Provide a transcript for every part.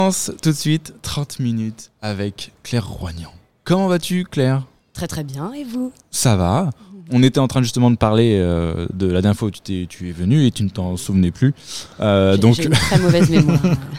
Tout de suite, 30 minutes avec Claire Roignan. Comment vas-tu, Claire ? Très très bien, et vous ? Ça va. On était en train justement de parler de la dernière fois où tu es venu et tu ne t'en souvenais plus. J'ai une très mauvaise mémoire.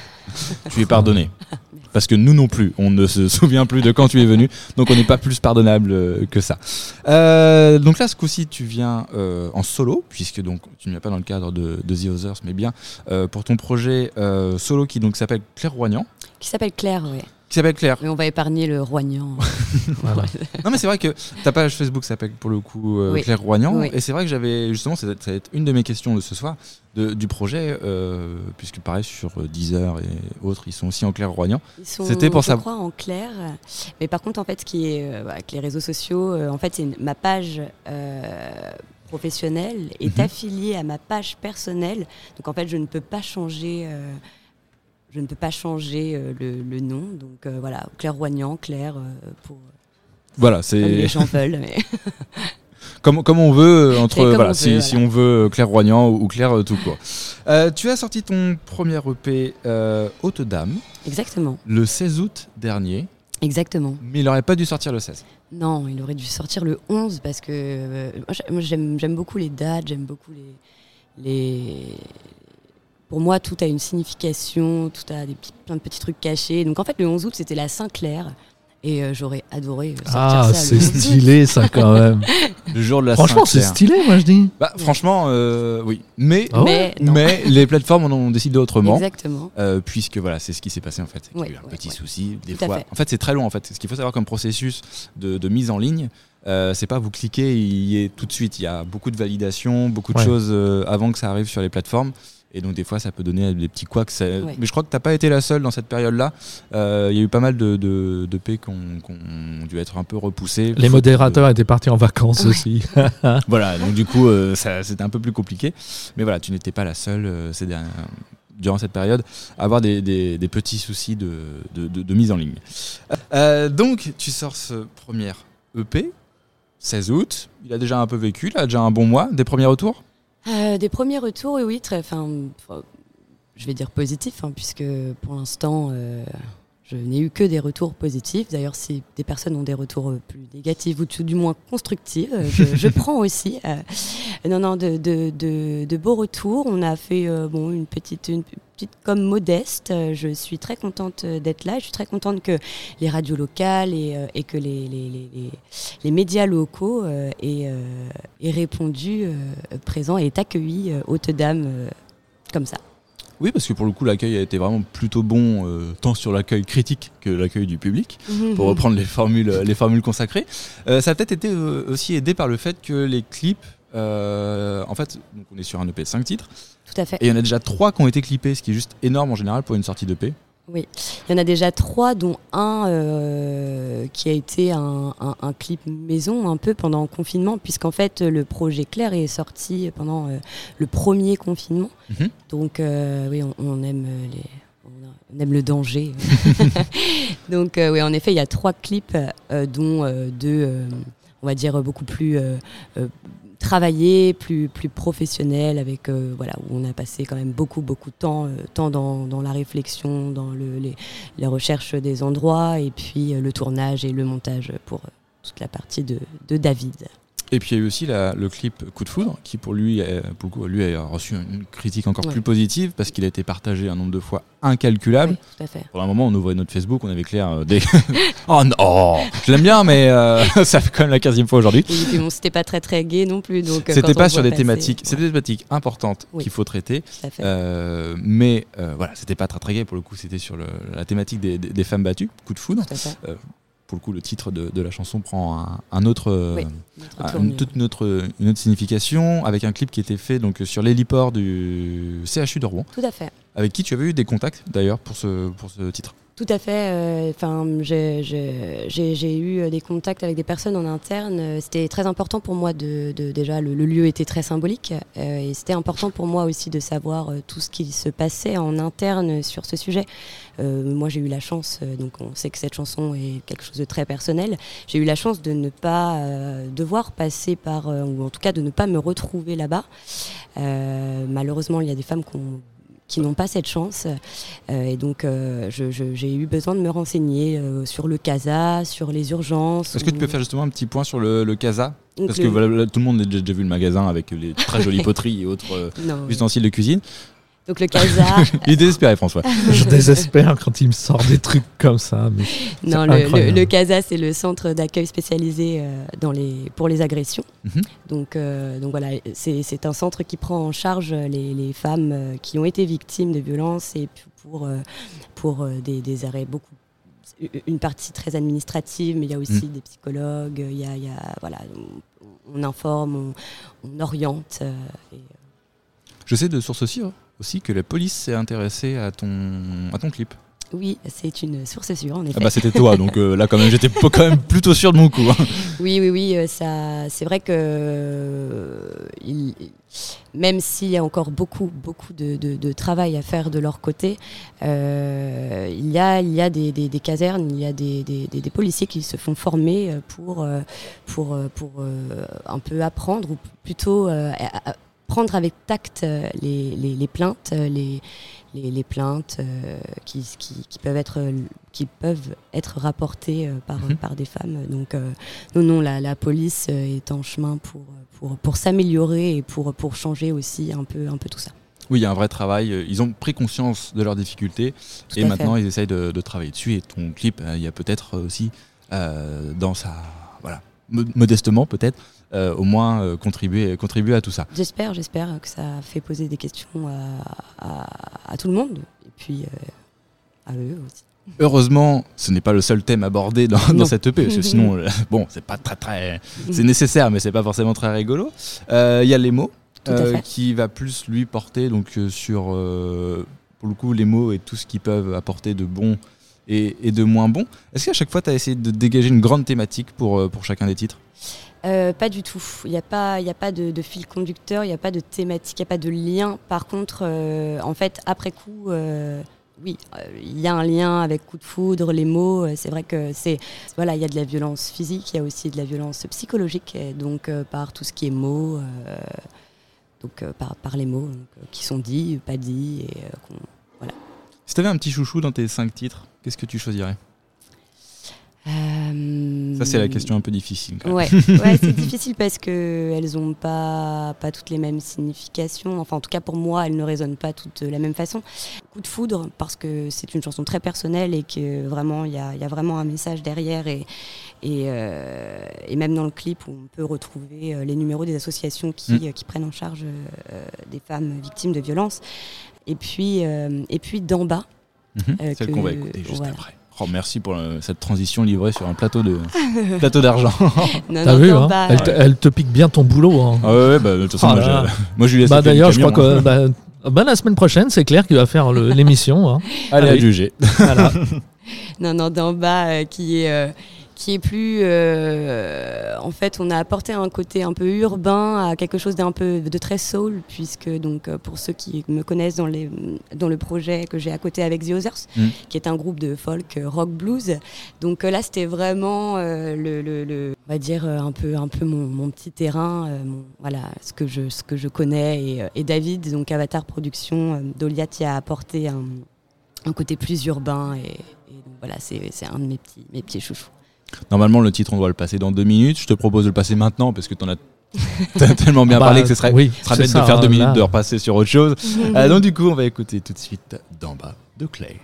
Tu es pardonné. Parce que nous non plus, on ne se souvient plus de quand tu es venu, donc on n'est pas plus pardonnable que ça. Donc là, ce coup-ci, tu viens en solo, puisque donc tu ne viens pas dans le cadre de The Others, mais bien pour ton projet solo qui donc s'appelle Claire Roignan. Qui s'appelle Claire, oui. Qui s'appelle Claire. Mais on va épargner le Roignan. Voilà. Non mais c'est vrai que ta page Facebook s'appelle pour le coup oui. Claire Roignan, oui. Et c'est vrai que j'avais justement, ça va être une de mes questions de ce soir, du projet, puisque pareil sur Deezer et autres, ils sont aussi en Claire Roignan. C'était pour ça. Je crois en Claire, mais par contre en fait, ce qui est avec les réseaux sociaux, en fait c'est ma page professionnelle est affiliée à ma page personnelle, donc en fait je ne peux pas changer. Je ne peux pas changer le nom, donc voilà, Claire Roignan, Claire pour. Voilà, c'est. Comme les gens veulent. Mais... comme on veut, si on on veut Claire Roignan ou Claire tout court. Tu as sorti ton premier EP Haute Dame. Exactement. Le 16 août dernier. Exactement. Mais il n'aurait pas dû sortir le 16. Non, il aurait dû sortir le 11 parce que moi j'aime beaucoup les dates, j'aime beaucoup les... Pour moi, tout a une signification, tout a plein de petits trucs cachés. Donc en fait, le 11 août, c'était la Saint-Clair. Et j'aurais adoré sortir ça. Ah, c'est stylé ça quand même. Le jour de la Franchement, Saint-Clair. c'est stylé, moi je dis. Bah, franchement, oui. Mais non. les plateformes en ont décidé autrement. Exactement. Puisque voilà, c'est ce qui s'est passé en fait. Il y a eu un petit souci. Des tout fois. En fait, c'est très long en fait. Ce qu'il faut savoir comme processus de mise en ligne, c'est pas vous cliquez, il y est tout de suite. Il y a beaucoup de validation, beaucoup de choses avant que ça arrive sur les plateformes. Et donc des fois ça peut donner des petits couacs. Mais je crois que t'as pas été la seule dans cette période-là. Il y a eu pas mal de P qui ont dû être un peu repoussés. Les modérateurs étaient partis en vacances aussi. Voilà, donc du coup c'était un peu plus compliqué. Mais voilà, tu n'étais pas la seule durant cette période à avoir des petits soucis de mise en ligne. Donc tu sors ce premier EP, 16 août. Il a déjà un peu vécu, il a déjà un bon mois. Des premiers retours ? Des premiers retours, oui, je vais dire positifs, puisque pour l'instant, je n'ai eu que des retours positifs. D'ailleurs, si des personnes ont des retours plus négatifs ou tout du moins constructifs, je prends aussi. De beaux retours. On a fait une petite com modeste. Je suis très contente d'être là. Je suis très contente que les radios locales et que les médias locaux aient répondu présent et aient accueilli Haute Dame comme ça. Oui, parce que pour le coup, l'accueil a été vraiment plutôt bon, tant sur l'accueil critique que l'accueil du public, pour reprendre les formules consacrées. Ça a peut-être été aussi aidé par le fait que les clips, en fait, donc on est sur un EP de 5 titres. Tout à fait. Et il y en a déjà 3 qui ont été clippés, ce qui est juste énorme en général pour une sortie d'EP. Oui, il y en a déjà 3, dont un qui a été un clip maison un peu pendant le confinement, puisqu'en fait le projet Claire est sorti pendant le premier confinement. Donc oui, on aime on aime le danger. Donc oui, en effet, il y a 3 clips, dont 2, on va dire, beaucoup plus travaillé, plus professionnel, avec où on a passé quand même beaucoup de temps dans la réflexion, dans les recherches des endroits, et puis le tournage et le montage pour toute la partie de David. Et puis il y a eu aussi le clip Coup de foudre, qui pour lui a reçu une critique encore plus positive, parce qu'il a été partagé un nombre de fois incalculable. Oui, tout à fait. Pour un moment, on ouvrait notre Facebook, on avait Claire des... Oh non, je l'aime bien, mais ça fait quand même la 15e fois aujourd'hui. Et puis bon, c'était pas très très gai non plus. Donc, c'était pas sur des thématiques, c'était des thématiques importantes qu'il faut traiter. Tout à fait. Mais voilà, c'était pas très très gai pour le coup, c'était sur la thématique des femmes battues, Coup de foudre. Tout à fait. Pour le coup, le titre de la chanson prend une autre signification, avec un clip qui était fait donc sur l'héliport du CHU de Rouen. Tout à fait. Avec qui tu avais eu des contacts d'ailleurs pour ce titre. Tout à fait. J'ai eu des contacts avec des personnes en interne. C'était très important pour moi déjà le lieu était très symbolique, et c'était important pour moi aussi de savoir tout ce qui se passait en interne sur ce sujet. Moi, j'ai eu la chance, donc on sait que cette chanson est quelque chose de très personnel. J'ai eu la chance de ne pas devoir passer par, ou en tout cas de ne pas me retrouver là-bas. Malheureusement, il y a des femmes qui n'ont pas cette chance. Et donc, j'ai eu besoin de me renseigner sur le CASA, sur les urgences. Est-ce que tu peux faire justement un petit point sur le CASA ? Parce que voilà, tout le monde a déjà vu le magasin avec les très jolies poteries et autres ustensiles de cuisine. Donc le CASA. Il est désespéré, François. Je désespère quand il me sort des trucs comme ça. Mais non, le CASA, c'est le centre d'accueil spécialisé pour les agressions. Donc voilà, c'est un centre qui prend en charge les femmes qui ont été victimes de violences et pour des arrêts une partie très administrative, mais il y a aussi des psychologues, voilà, on informe, on oriente. Je sais de source aussi que la police s'est intéressée à ton clip. Oui, c'est une source sûre, en effet. Ah bah c'était toi, donc là quand même j'étais quand même plutôt sûr de mon coup. Hein. Oui, ça, c'est vrai que même s'il y a encore beaucoup de travail à faire de leur côté, il y a des casernes, il y a des policiers qui se font former pour un peu apprendre, ou plutôt prendre avec tact les plaintes, les plaintes qui peuvent être rapportées par des femmes. Donc non, la police est en chemin pour s'améliorer et pour changer aussi un peu tout ça. Oui, il y a un vrai travail. Ils ont pris conscience de leurs difficultés et maintenant ils essayent de travailler dessus. Et ton clip, il y a peut-être aussi dans sa... Voilà, modestement peut-être, au moins contribuer à tout ça. J'espère que ça fait poser des questions à tout le monde et puis à eux aussi. Heureusement, ce n'est pas le seul thème abordé dans cette EP, parce que sinon, c'est pas très... c'est nécessaire, mais c'est pas forcément très rigolo. Il y a les mots, qui va plus lui porter donc, sur, pour le coup, les mots et tout ce qu'ils peuvent apporter de bon et de moins bon. Est-ce qu'à chaque fois, tu as essayé de dégager une grande thématique pour chacun des titres ? Pas du tout. Il n'y a pas de fil conducteur, il n'y a pas de thématique, il n'y a pas de lien. Par contre, en fait, après coup, oui, il y a un lien avec Coup de foudre, les mots. C'est vrai que il y a de la violence physique, il y a aussi de la violence psychologique, donc par tout ce qui est mots, par les mots qui sont dits, pas dits. Voilà. Si tu avais un petit chouchou dans tes 5 titres, qu'est-ce que tu choisirais ? Ça c'est la question un peu difficile quand même. Ouais, c'est difficile parce qu'elles n'ont pas toutes les mêmes significations. Enfin en tout cas pour moi elles ne résonnent pas toutes de la même façon. Coup de foudre parce que c'est une chanson très personnelle et que vraiment il y a vraiment un message derrière et même dans le clip où on peut retrouver les numéros des associations qui prennent en charge des femmes victimes de violences. Et puis d'en bas. Celle qu'on va écouter juste après. Oh, merci pour cette transition livrée sur un plateau d'argent. T'as vu, hein, elle te pique bien ton boulot. Hein. Ah ouais, de toute façon, moi je lui laisse. D'ailleurs, je crois que la semaine prochaine, c'est Claire qui va faire l'émission. Hein. Allez, à juger. Voilà. Non, d'en bas, qui est plus... en fait, on a apporté un côté un peu urbain à quelque chose de très soul, puisque donc, pour ceux qui me connaissent dans le projet que j'ai à côté avec The Others, qui est un groupe de folk rock blues. Donc là, c'était vraiment on va dire un peu mon petit terrain, ce que je connais. Et David, donc Avatar Productions, Doliat y a apporté un côté plus urbain. Et donc voilà, c'est un de mes petits chouchous. Normalement, le titre, on doit le passer dans 2 minutes. Je te propose de le passer maintenant parce que t'as tellement bien parlé que ce serait bête de faire 2 minutes de repasser sur autre chose. Donc du coup, on va écouter tout de suite D'en bas de Claire.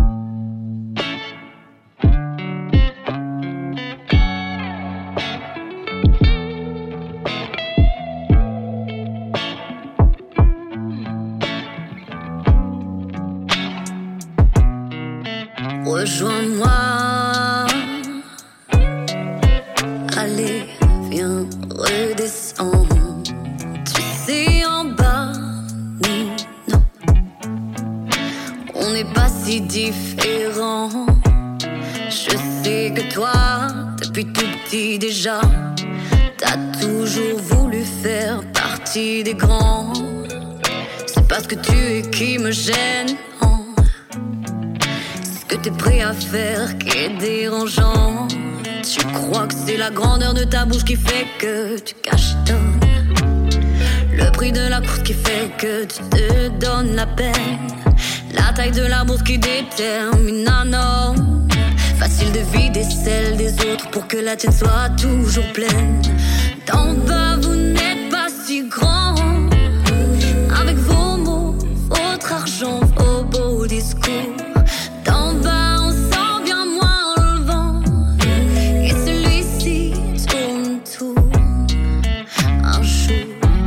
Rejoins-moi. Allez, viens, redescends. Tu sais, en bas, nous, non. On n'est pas si différents. Je sais que toi, depuis tout petit déjà, t'as toujours voulu faire partie des grands. C'est parce que tu es qui me gêne. Ce que t'es prêt à faire qui est dérangeant. Tu crois que c'est la grandeur de ta bouche qui fait que tu cachetonnes. Le prix de la course qui fait que tu te donnes la peine. La taille de la bourse qui détermine la norme. Facile de vider celle des autres pour que la tienne soit toujours pleine. D'en bas vous n'êtes pas si grand. Avec vos mots, votre argent, vos beaux discours. D'en bas on sent bien moins le vent. Et celui-ci tourne tout un jour.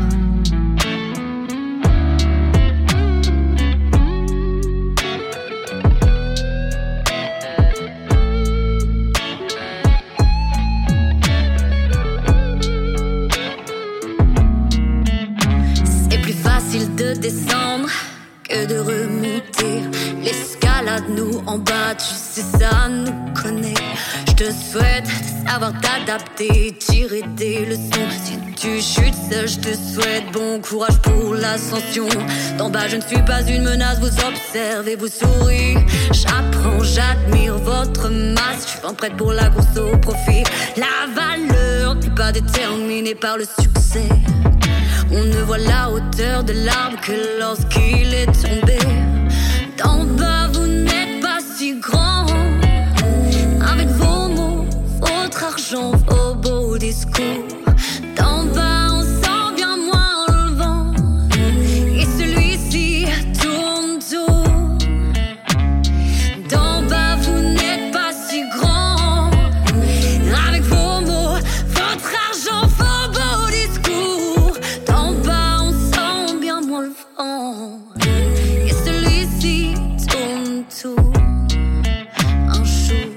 De descendre que de remonter. L'escalade nous en bas, tu sais ça nous connaît. Je te souhaite de savoir t'adapter, tirer des leçons. Si tu chutes seul, je te souhaite bon courage pour l'ascension. D'en bas je ne suis pas une menace, vous observez, vous souriez. J'apprends, j'admire votre masse. Je suis pas prête pour la course au profit. La valeur n'est pas déterminée par le succès. On ne voit la hauteur de l'arbre que lorsqu'il est tombé. D'en bas vous n'êtes pas si grand. Avec vos mots, votre argent, vos beaux discours. D'en bas on sent bien moins le vent. Et celui-ci tourne tout. D'en bas vous n'êtes pas si grand. Avec vos mots, votre argent, vos beaux discours. D'en bas on sent bien moins le vent. Et celui-ci tourne tout un jour.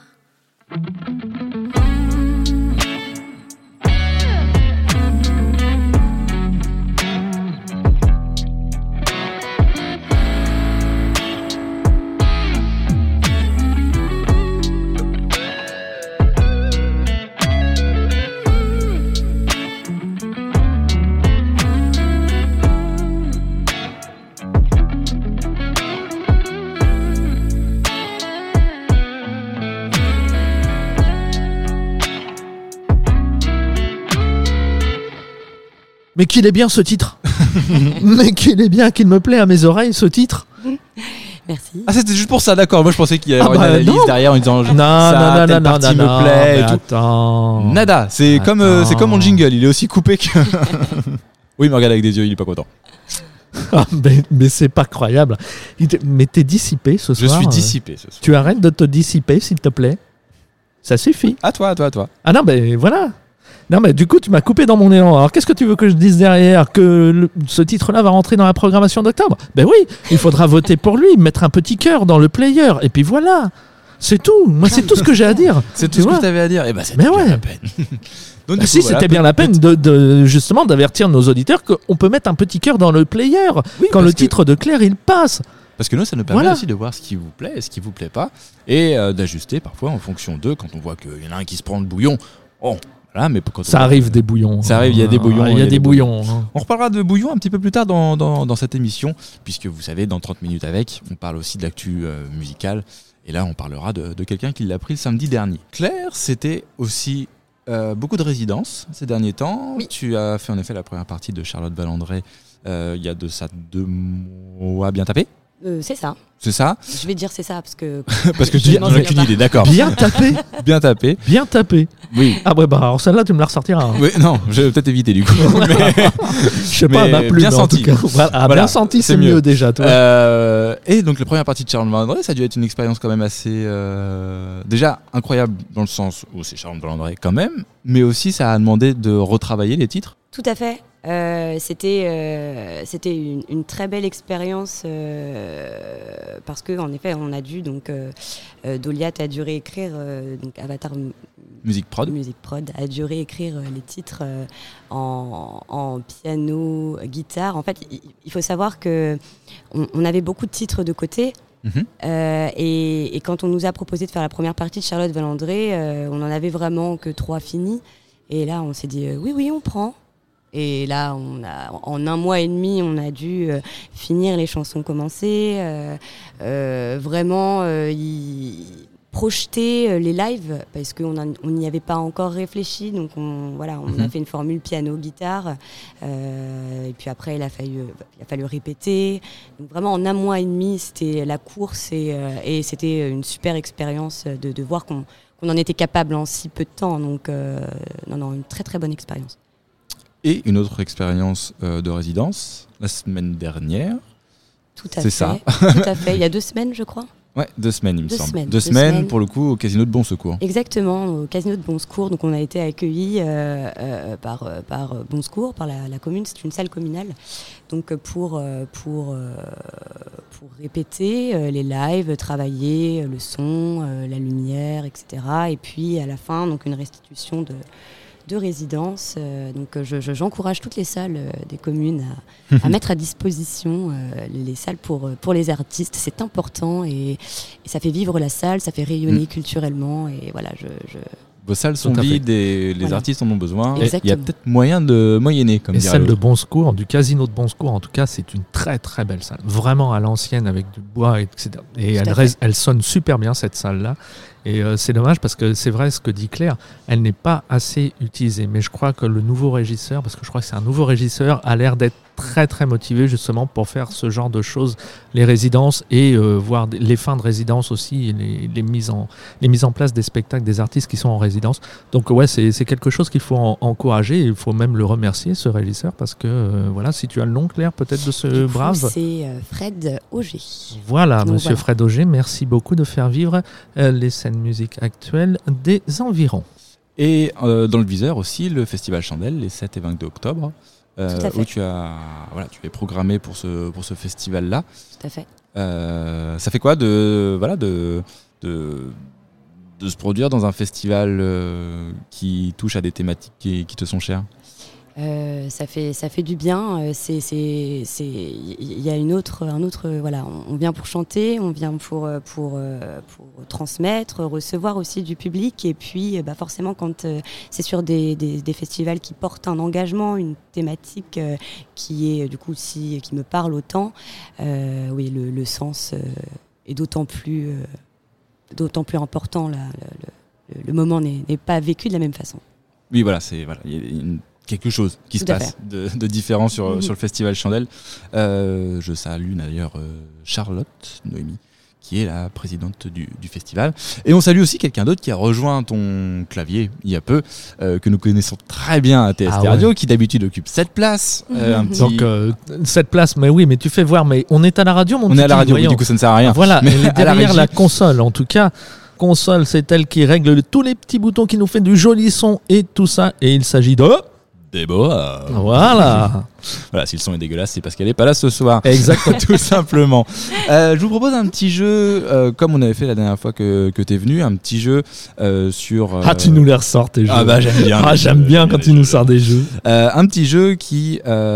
Mais qu'il est bien ce titre. Mais qu'il est bien, qu'il me plaît à mes oreilles ce titre. Merci. Ah, c'était juste pour ça, d'accord. Moi, je pensais qu'il y avait une analyse non. derrière en disant Non, telle partie me plaît et tout. Attends. Nada, c'est comme mon jingle, il est aussi coupé que. Oui, me regarde avec des yeux, il est pas content. Ah, mais c'est pas croyable. Mais t'es dissipé ce Je soir. suis dissipé ce soir. Tu arrêtes de te dissiper, s'il te plaît. Ça suffit. À toi. Ah non, mais voilà. Non, mais du coup, tu m'as coupé dans mon élan. Alors, qu'est-ce que tu veux que je dise derrière? Que ce titre-là va rentrer dans la programmation d'octobre? Ben oui, il faudra voter pour lui, mettre un petit cœur dans le player. Et puis voilà. C'est tout. Moi, c'est tout ce que j'ai à dire. C'est tout Tu ce vois que tu avais à dire. Et ben, c'est Mais bien ouais. la peine. Donc, du Si, coup, voilà, c'était bien la peine de justement d'avertir nos auditeurs qu'on peut mettre un petit cœur dans le player Oui, quand parce le que- titre de Claire il passe. Parce que nous, ça nous permet Voilà. aussi de voir ce qui vous plaît et ce qui vous plaît pas. Et d'ajuster parfois en fonction d'eux. Quand on voit qu'il y en a un qui se prend le bouillon. Oh, voilà, mais quand Ça on- arrive des bouillons. Ça arrive, il y a des bouillons, Il y a des bouillons. hein. On reparlera de bouillon un petit peu plus tard dans cette émission, puisque vous savez, dans 30 minutes avec, on parle aussi de l'actu musicale. Et là, on parlera de quelqu'un qui l'a pris le samedi dernier. Claire, c'était aussi beaucoup de résidences ces derniers temps. Oui. Tu as fait en effet la première partie de Charlotte Valandré il y a de ça 2 mois bien tapé. C'est ça. C'est ça? Je vais dire c'est ça parce que. Parce que Je tu m'en n'as souviens qu'une pas. idée, d'accord. Bien tapé. Bien tapé. Bien tapé. Oui. Ah ouais, bah alors celle-là, tu me la ressortiras. hein. Oui, non, je vais peut-être éviter du coup. Mais- Je sais pas, mais ma plume, bien en senti. tout cas. Voilà, Voilà, bien senti, c'est c'est mieux. mieux déjà. Toi. Et donc la première partie de Charlotte Valandré, ça a dû être une expérience quand même assez déjà incroyable dans le sens où c'est Charlotte Valandré quand même, mais aussi ça a demandé de retravailler les titres. Tout à fait. C'était une très belle expérience parce que en effet on a dû donc Doliat a dû réécrire donc Avatar Musique prod. Music Prod a dû réécrire les titres en piano, guitare. En fait, il faut savoir que on avait beaucoup de titres de côté. Mhm. Et quand on nous a proposé de faire la première partie de Charlotte Valandré, on en avait vraiment que 3 finis. Et là, on s'est dit oui, on prend. Et là, en 1 mois et demi, on a dû finir les chansons commencées. Vraiment, projeter les lives parce qu'on n'y avait pas encore réfléchi, donc on a fait une formule piano-guitare et puis après il a fallu répéter. Donc vraiment en un mois et demi c'était la course et c'était une super expérience de voir qu'on en était capable en si peu de temps, donc une très très bonne expérience. Et une autre expérience de résidence la semaine dernière. Tout à fait, il y a 2 semaines je crois. Ouais, 2 semaines, il me semble. 2 semaines, semaines, pour le coup, au Casino de Bon Secours. Exactement, au Casino de Bon Secours. Donc, on a été accueillis par Bon Secours, par la commune. C'est une salle communale. Donc, pour répéter les lives, travailler le son, la lumière, etc. Et puis, à la fin, donc, une restitution de résidence. Donc j'encourage toutes les salles des communes à mettre à disposition les salles pour les artistes. C'est important et ça fait vivre la salle, ça fait rayonner culturellement. Et voilà, Vos salles sont vides et les artistes en ont besoin. Exactement. Il y a peut-être moyen de moyenner, comme dirait celle de Bon Secours, du Casino de Bon Secours, en tout cas, c'est une très très belle salle. Vraiment à l'ancienne, avec du bois, etc. Et elle sonne super bien, cette salle-là. Et c'est dommage parce que c'est vrai ce que dit Claire, elle n'est pas assez utilisée. Mais je crois que le nouveau régisseur, parce que je crois que c'est un nouveau régisseur, a l'air d'être très très motivé justement pour faire ce genre de choses, les résidences et voir les fins de résidence aussi, et les mises en place des spectacles des artistes qui sont en résidence. Donc ouais, c'est quelque chose qu'il faut encourager, et il faut même le remercier, ce régisseur, parce que voilà, si tu as le nom, Claire, peut-être de ce brave. C'est Fred Auger. Voilà, monsieur Fred Auger, merci beaucoup de faire vivre les scènes musique actuelles des environs. Et dans le viseur aussi, le Festival Chandelle, les 7 et 22 octobre. Où tu es programmé pour ce festival-là. Tout à fait. Ça fait quoi de se produire dans un festival qui touche à des thématiques qui te sont chères? Ça fait du bien. Il y a un autre voilà. On vient pour chanter, on vient pour transmettre, recevoir aussi du public. Et puis, forcément, quand c'est sur des festivals qui portent un engagement, une thématique qui est du coup qui me parle autant, oui, le sens est d'autant plus important. Là, le moment n'est pas vécu de la même façon. Oui, voilà, il y a quelque chose qui se passe de différent sur le Festival Chandelle. Je salue d'ailleurs Charlotte Noémie, qui est la présidente du festival. Et on salue aussi quelqu'un d'autre qui a rejoint ton clavier il y a peu, que nous connaissons très bien à TST Radio, qui d'habitude occupe 7 places. Donc 7 places, mais oui, mais tu fais voir, mais on est à la radio, mon On est à la radio, oui, du coup ça ne sert à rien. Voilà, mais elle est derrière la console, en tout cas. Console, c'est elle qui règle tous les petits boutons, qui nous fait du joli son et tout ça. Et il s'agit de... Déborah. Voilà. Voilà, si le son est dégueulasse, c'est parce qu'elle n'est pas là ce soir. Exactement. Tout simplement. Je vous propose un petit jeu, comme on avait fait la dernière fois que tu es venu, un petit jeu sur... tu nous les ressors, tes jeux. J'aime bien. J'aime bien quand tu nous sors des jeux. Un petit jeu qui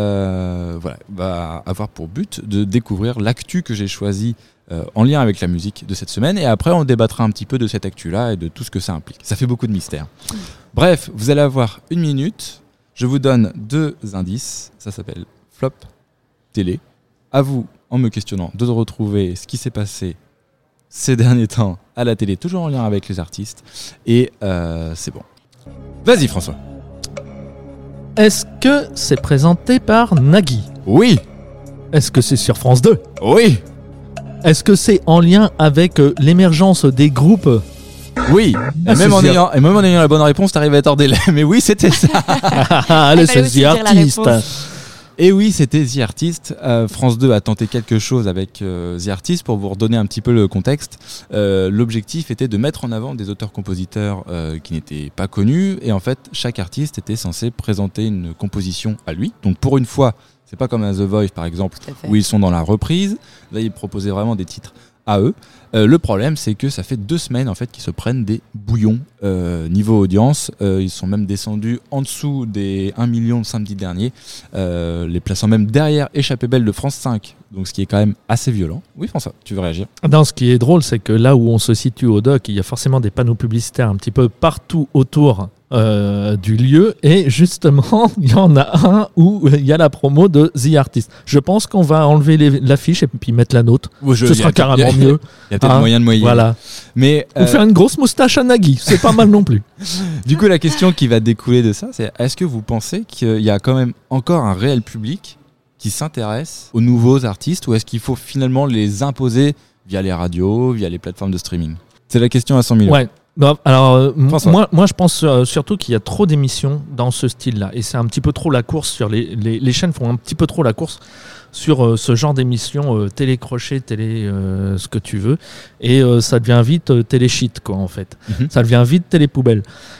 va avoir pour but de découvrir l'actu que j'ai choisi en lien avec la musique de cette semaine, et après on débattra un petit peu de cette actu-là et de tout ce que ça implique. Ça fait beaucoup de mystère. Bref, vous allez avoir 1 minute. Je vous donne 2 indices, ça s'appelle flop télé. À vous, en me questionnant, de retrouver ce qui s'est passé ces derniers temps à la télé, toujours en lien avec les artistes. Et c'est bon. Vas-y François. Est-ce que c'est présenté par Nagui? Oui. Est-ce que c'est sur France 2? Oui. Est-ce que c'est en lien avec l'émergence des groupes? Oui, et même en ayant la bonne réponse, t'arrives à être hors délai. Mais oui, c'était ça. Allez, c'est The Artist. Et oui, c'était The Artist. France 2 a tenté quelque chose avec The Artist. Pour vous redonner un petit peu le contexte, l'objectif était de mettre en avant des auteurs-compositeurs qui n'étaient pas connus. Et en fait, chaque artiste était censé présenter une composition à lui. Donc pour une fois, c'est pas comme à The Voice par exemple, où ils sont dans la reprise. Là, ils proposaient vraiment des titres à eux. Le problème, c'est que ça fait 2 semaines en fait qu'ils se prennent des bouillons niveau audience. Ils sont même descendus en dessous des 1 million de samedi dernier, les plaçant même derrière Échappée Belle de France 5. Donc ce qui est quand même assez violent. Oui François, tu veux réagir? Non, ce qui est drôle, c'est que là où on se situe au doc, il y a forcément des panneaux publicitaires un petit peu partout autour du lieu, et justement il y en a un où il y a la promo de The Artist. Je pense qu'on va enlever l'affiche et puis mettre la nôtre. Ce sera carrément mieux. Il y a peut-être moyen de moyenner. Voilà. Mais ou faire une grosse moustache à Nagui, c'est pas mal non plus. Du coup, la question qui va découler de ça, c'est est-ce que vous pensez qu'il y a quand même encore un réel public qui s'intéresse aux nouveaux artistes, ou est-ce qu'il faut finalement les imposer via les radios, via les plateformes de streaming? C'est la question à 100 000. Ouais. Non, alors moi je pense surtout qu'il y a trop d'émissions dans ce style-là, et c'est un petit peu trop la course sur les chaînes font un petit peu trop la course sur ce genre d'émissions télé-crochet, ce que tu veux, et ça devient vite télé-shit quoi en fait. Ça devient vite télé-poubelle.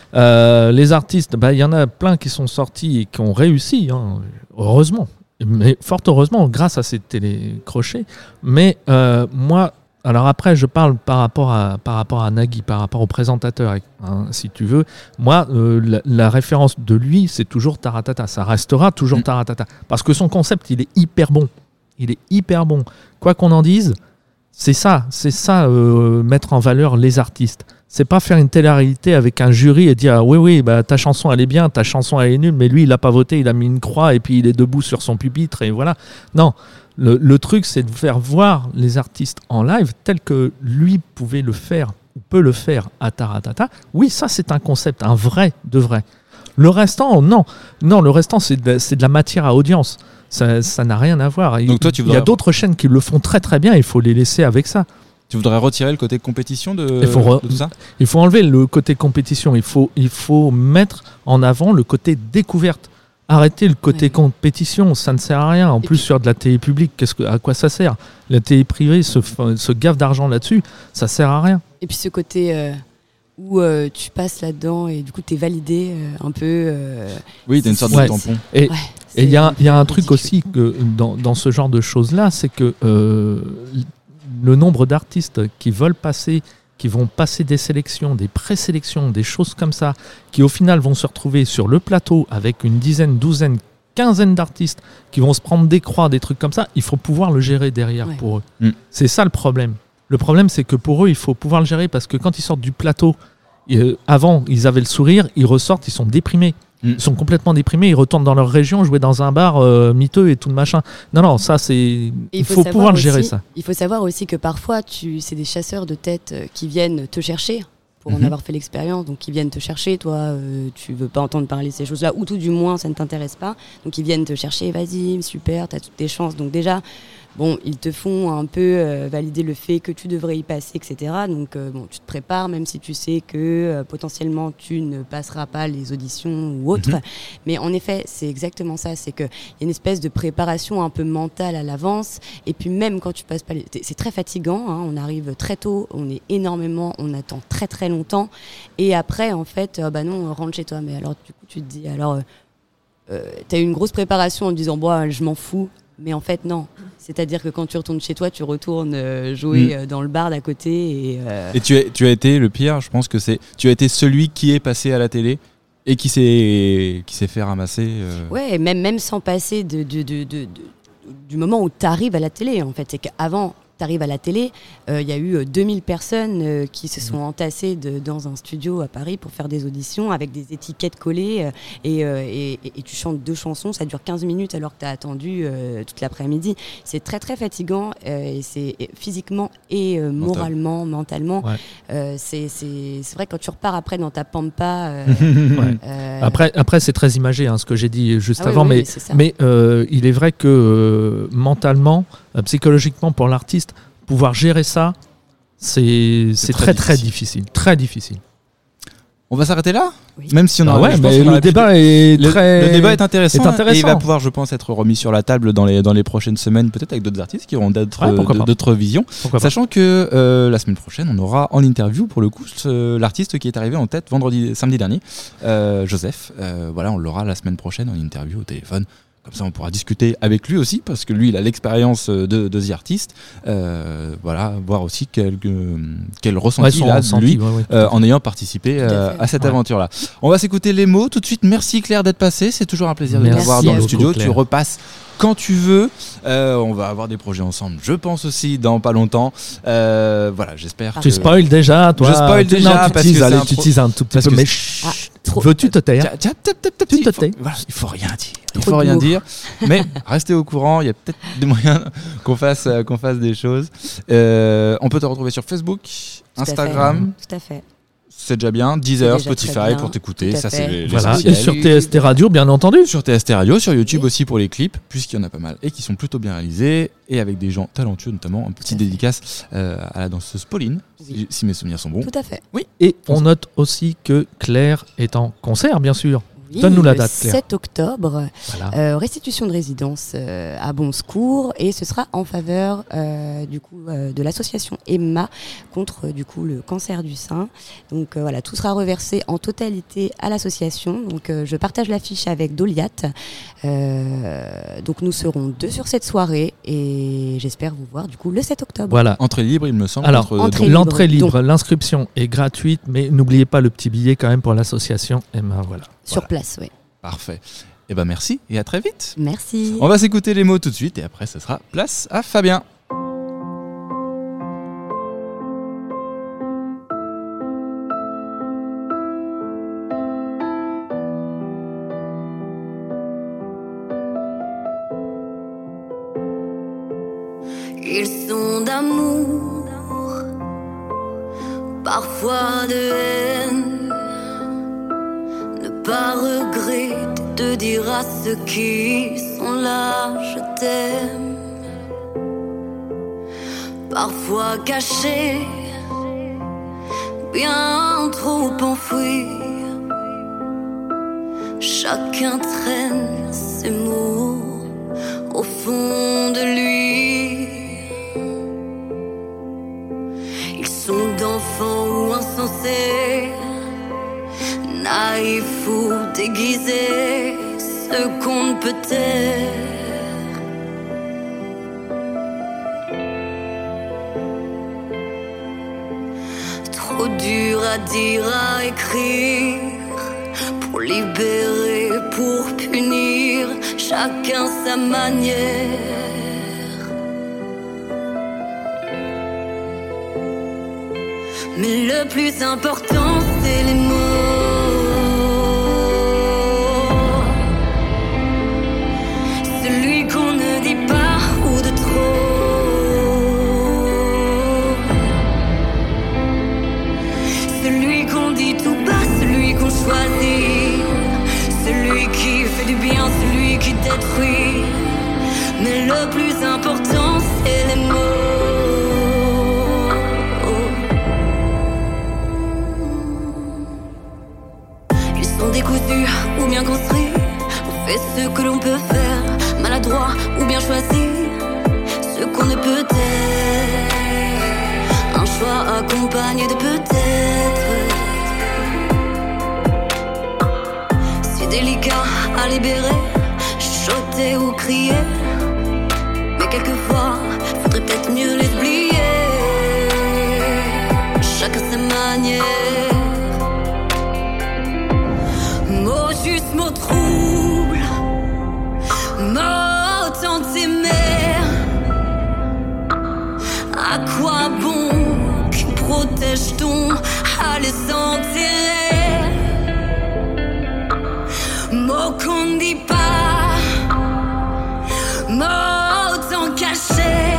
Les artistes, il y en a plein qui sont sortis et qui ont réussi, hein, heureusement, mais fort heureusement grâce à ces télé-crochets. Mais moi, alors après, je parle par rapport à Nagui, par rapport au présentateur, hein, si tu veux. Moi, la référence de lui, c'est toujours Taratata. Ça restera toujours Taratata. Parce que son concept, il est hyper bon. Il est hyper bon. Quoi qu'on en dise, c'est ça, mettre en valeur les artistes. C'est pas faire une télé-réalité avec un jury et dire oui, ta chanson elle est bien, ta chanson elle est nulle, mais lui il a pas voté, il a mis une croix et puis il est debout sur son pupitre et voilà. Non. Le truc, c'est de faire voir les artistes en live tel que lui pouvait le faire ou peut le faire à Taratata. Oui, ça, c'est un concept, un vrai de vrai. Le restant, non. Non, le restant, c'est de la matière à audience. Ça n'a rien à voir. Donc toi, il y a d'autres chaînes qui le font très très bien, il faut les laisser avec ça. Tu voudrais retirer le côté compétition de tout ça ? Il faut enlever le côté compétition. Il faut mettre en avant le côté découverte. Arrêtez le côté compétition, ça ne sert à rien. En plus, sur de la télé publique, à quoi ça sert ? La télé privée se gaffe d'argent là-dessus, ça sert à rien. Et puis ce côté où tu passes là-dedans et du coup tu es validé un peu. Oui, t'as une sorte de tampon. Et il y a un truc aussi que dans ce genre de choses-là, c'est que le nombre d'artistes qui veulent passer, qui vont passer des sélections, des présélections, des choses comme ça, qui au final vont se retrouver sur le plateau avec une dizaine, douzaine, quinzaine d'artistes qui vont se prendre des croix, des trucs comme ça, il faut pouvoir le gérer derrière pour eux. C'est ça le problème. Le problème, c'est que pour eux, il faut pouvoir le gérer parce que quand ils sortent du plateau, avant, ils avaient le sourire, ils ressortent, ils sont déprimés. Ils sont complètement déprimés, ils retournent dans leur région, jouer dans un bar miteux et tout le machin. Non, ça c'est... Il faut pouvoir le gérer ça. Il faut savoir aussi que parfois, c'est des chasseurs de tête qui viennent te chercher pour en avoir fait l'expérience. Donc ils viennent te chercher, toi tu veux pas entendre parler de ces choses-là, ou tout du moins ça ne t'intéresse pas. Donc ils viennent te chercher, vas-y, super, t'as toutes tes chances. Donc déjà... Bon, ils te font un peu valider le fait que tu devrais y passer, etc. Donc, tu te prépares, même si tu sais que potentiellement tu ne passeras pas les auditions ou autres. Mais en effet, c'est exactement ça. C'est qu'il y a une espèce de préparation un peu mentale à l'avance. Et puis même quand tu passes pas c'est très fatigant. Hein, on arrive très tôt, on attend très très longtemps. Et après, en fait, non, rentre chez toi. Mais alors, du coup, tu te dis, t'as eu une grosse préparation en te disant, je m'en fous. Mais en fait, non. C'est-à-dire que quand tu retournes chez toi, tu retournes jouer dans le bar d'à côté. Et tu as été, le pire, je pense que tu as été celui qui est passé à la télé et qui s'est fait ramasser. Ouais, même sans passer du moment où tu arrives à la télé, en fait. C'est qu'avant... Tu arrives à la télé, il y a eu 2000 personnes qui se sont entassées dans un studio à Paris pour faire des auditions avec des étiquettes collées et tu chantes 2 chansons, ça dure 15 minutes alors que tu as attendu toute l'après-midi. C'est très très fatigant et c'est physiquement et moralement, mentalement. Ouais. C'est vrai que quand tu repars après dans ta pampa... Après c'est très imagé ce que j'ai dit juste avant, mais il est vrai que mentalement, psychologiquement pour l'artiste, pouvoir gérer ça, c'est très très difficile. Très difficile. On va s'arrêter là, oui. Même si on a. Le débat est le débat est intéressant. Et il va pouvoir, je pense, être remis sur la table dans les prochaines semaines, peut-être avec d'autres artistes qui auront d'autres visions. Sachant que la semaine prochaine, on aura en interview pour le coup l'artiste qui est arrivé en tête samedi dernier, Joseph. On l'aura la semaine prochaine en interview au téléphone. Comme ça, on pourra discuter avec lui aussi, parce que lui, il a l'expérience de The Artist. Voir aussi quel ressenti il a de lui en ayant participé à cette aventure-là. On va s'écouter les mots tout de suite. Merci Claire d'être passée. C'est toujours un plaisir de t'avoir dans le studio. Claire. Tu repasses quand tu veux. On va avoir des projets ensemble, je pense aussi, dans pas longtemps. J'espère. Tu spoil déjà, toi. Je spoil déjà parce que tu teases un tout petit peu. Mais Veux-tu te taire? Tu te tais. Il faut rien dire. Il Trop faut de rien mots. dire. Mais restez au courant. Il y a peut-être des moyens qu'on fasse des choses. On peut te retrouver sur Facebook, Tout à fait. Instagram. Tout à fait. C'est déjà bien. Deezer, déjà très Spotify bien. pour t'écouter. Tout à Ça, fait. c'est Voilà. l'essentiel. Et sur TST Radio, bien entendu. Sur TST Radio, sur YouTube aussi pour les clips, puisqu'il y en a pas mal et qui sont plutôt bien réalisés et avec des gens talentueux, notamment. Un petit Tout à fait. dédicace à la danseuse Pauline, Oui. si mes souvenirs sont bons. Tout à fait. Et on note aussi que Claire est en concert, bien sûr. Oui, Donne-nous la le date, Claire. 7 octobre, Voilà. restitution de résidence à Bon Secours, et ce sera en faveur de l'association Emma contre le cancer du sein. Donc voilà, tout sera reversé en totalité à l'association. Donc je partage l'affiche avec Doliat. Donc nous serons 2 sur cette soirée et j'espère vous voir le 7 octobre. Voilà. Entrée libre, il me semble. Alors, contre entrée Don. l'entrée libre, libre, l'inscription est gratuite, mais n'oubliez pas le petit billet quand même pour l'association Emma. Voilà. Sur place, oui. Parfait. Eh ben merci et à très vite. Merci. On va s'écouter les mots tout de suite et après, ce sera place à Fabien. Ils sont d'amour, parfois de haine. Ne pas regretter de dire à ceux qui sont là je t'aime. Parfois caché, bien trop enfoui. Chacun traîne ses mots au fond de lui. Ils sont d'enfants ou insensés, naïfs ou déguisés, ce qu'on ne peut taire. Trop dur à dire, à écrire, pour libérer, pour punir, chacun sa manière. Mais le plus important, c'est les mots. Celui qu'on ne dit pas ou de trop. Celui qu'on dit tout bas, celui qu'on choisit. Celui qui fait du bien, celui qui détruit. Mais le plus important, c'est les mots. Décousus ou bien construit, on fait ce que l'on peut faire, maladroit ou bien choisi, ce qu'on ne peut être. Un choix accompagné de peut-être. Si délicat à libérer, chuchoter ou crier, mais quelquefois, faudrait peut-être mieux les oublier. Chacun sa manière. Mots juste, mots troubles, mots tant aimés. À quoi bon qui protège-t-on à les enterrer? Mots qu'on ne dit pas, mots tant cachés,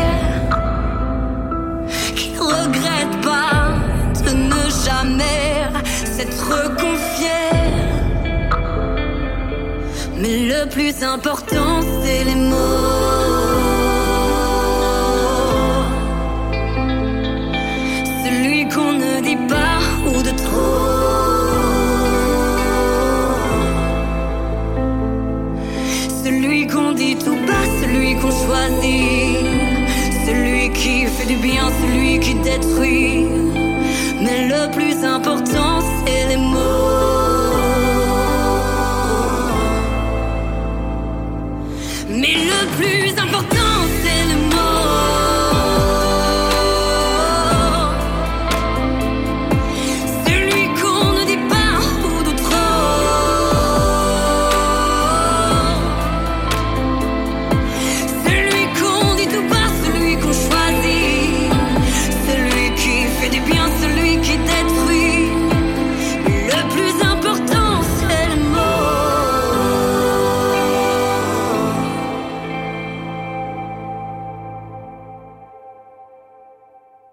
qui ne regrettent pas de ne jamais s'être confiés. Mais le plus important, c'est les mots. Celui qu'on ne dit pas ou de trop. Celui qu'on dit tout bas, celui qu'on choisit. Celui qui fait du bien, celui qui détruit. Mais le plus important,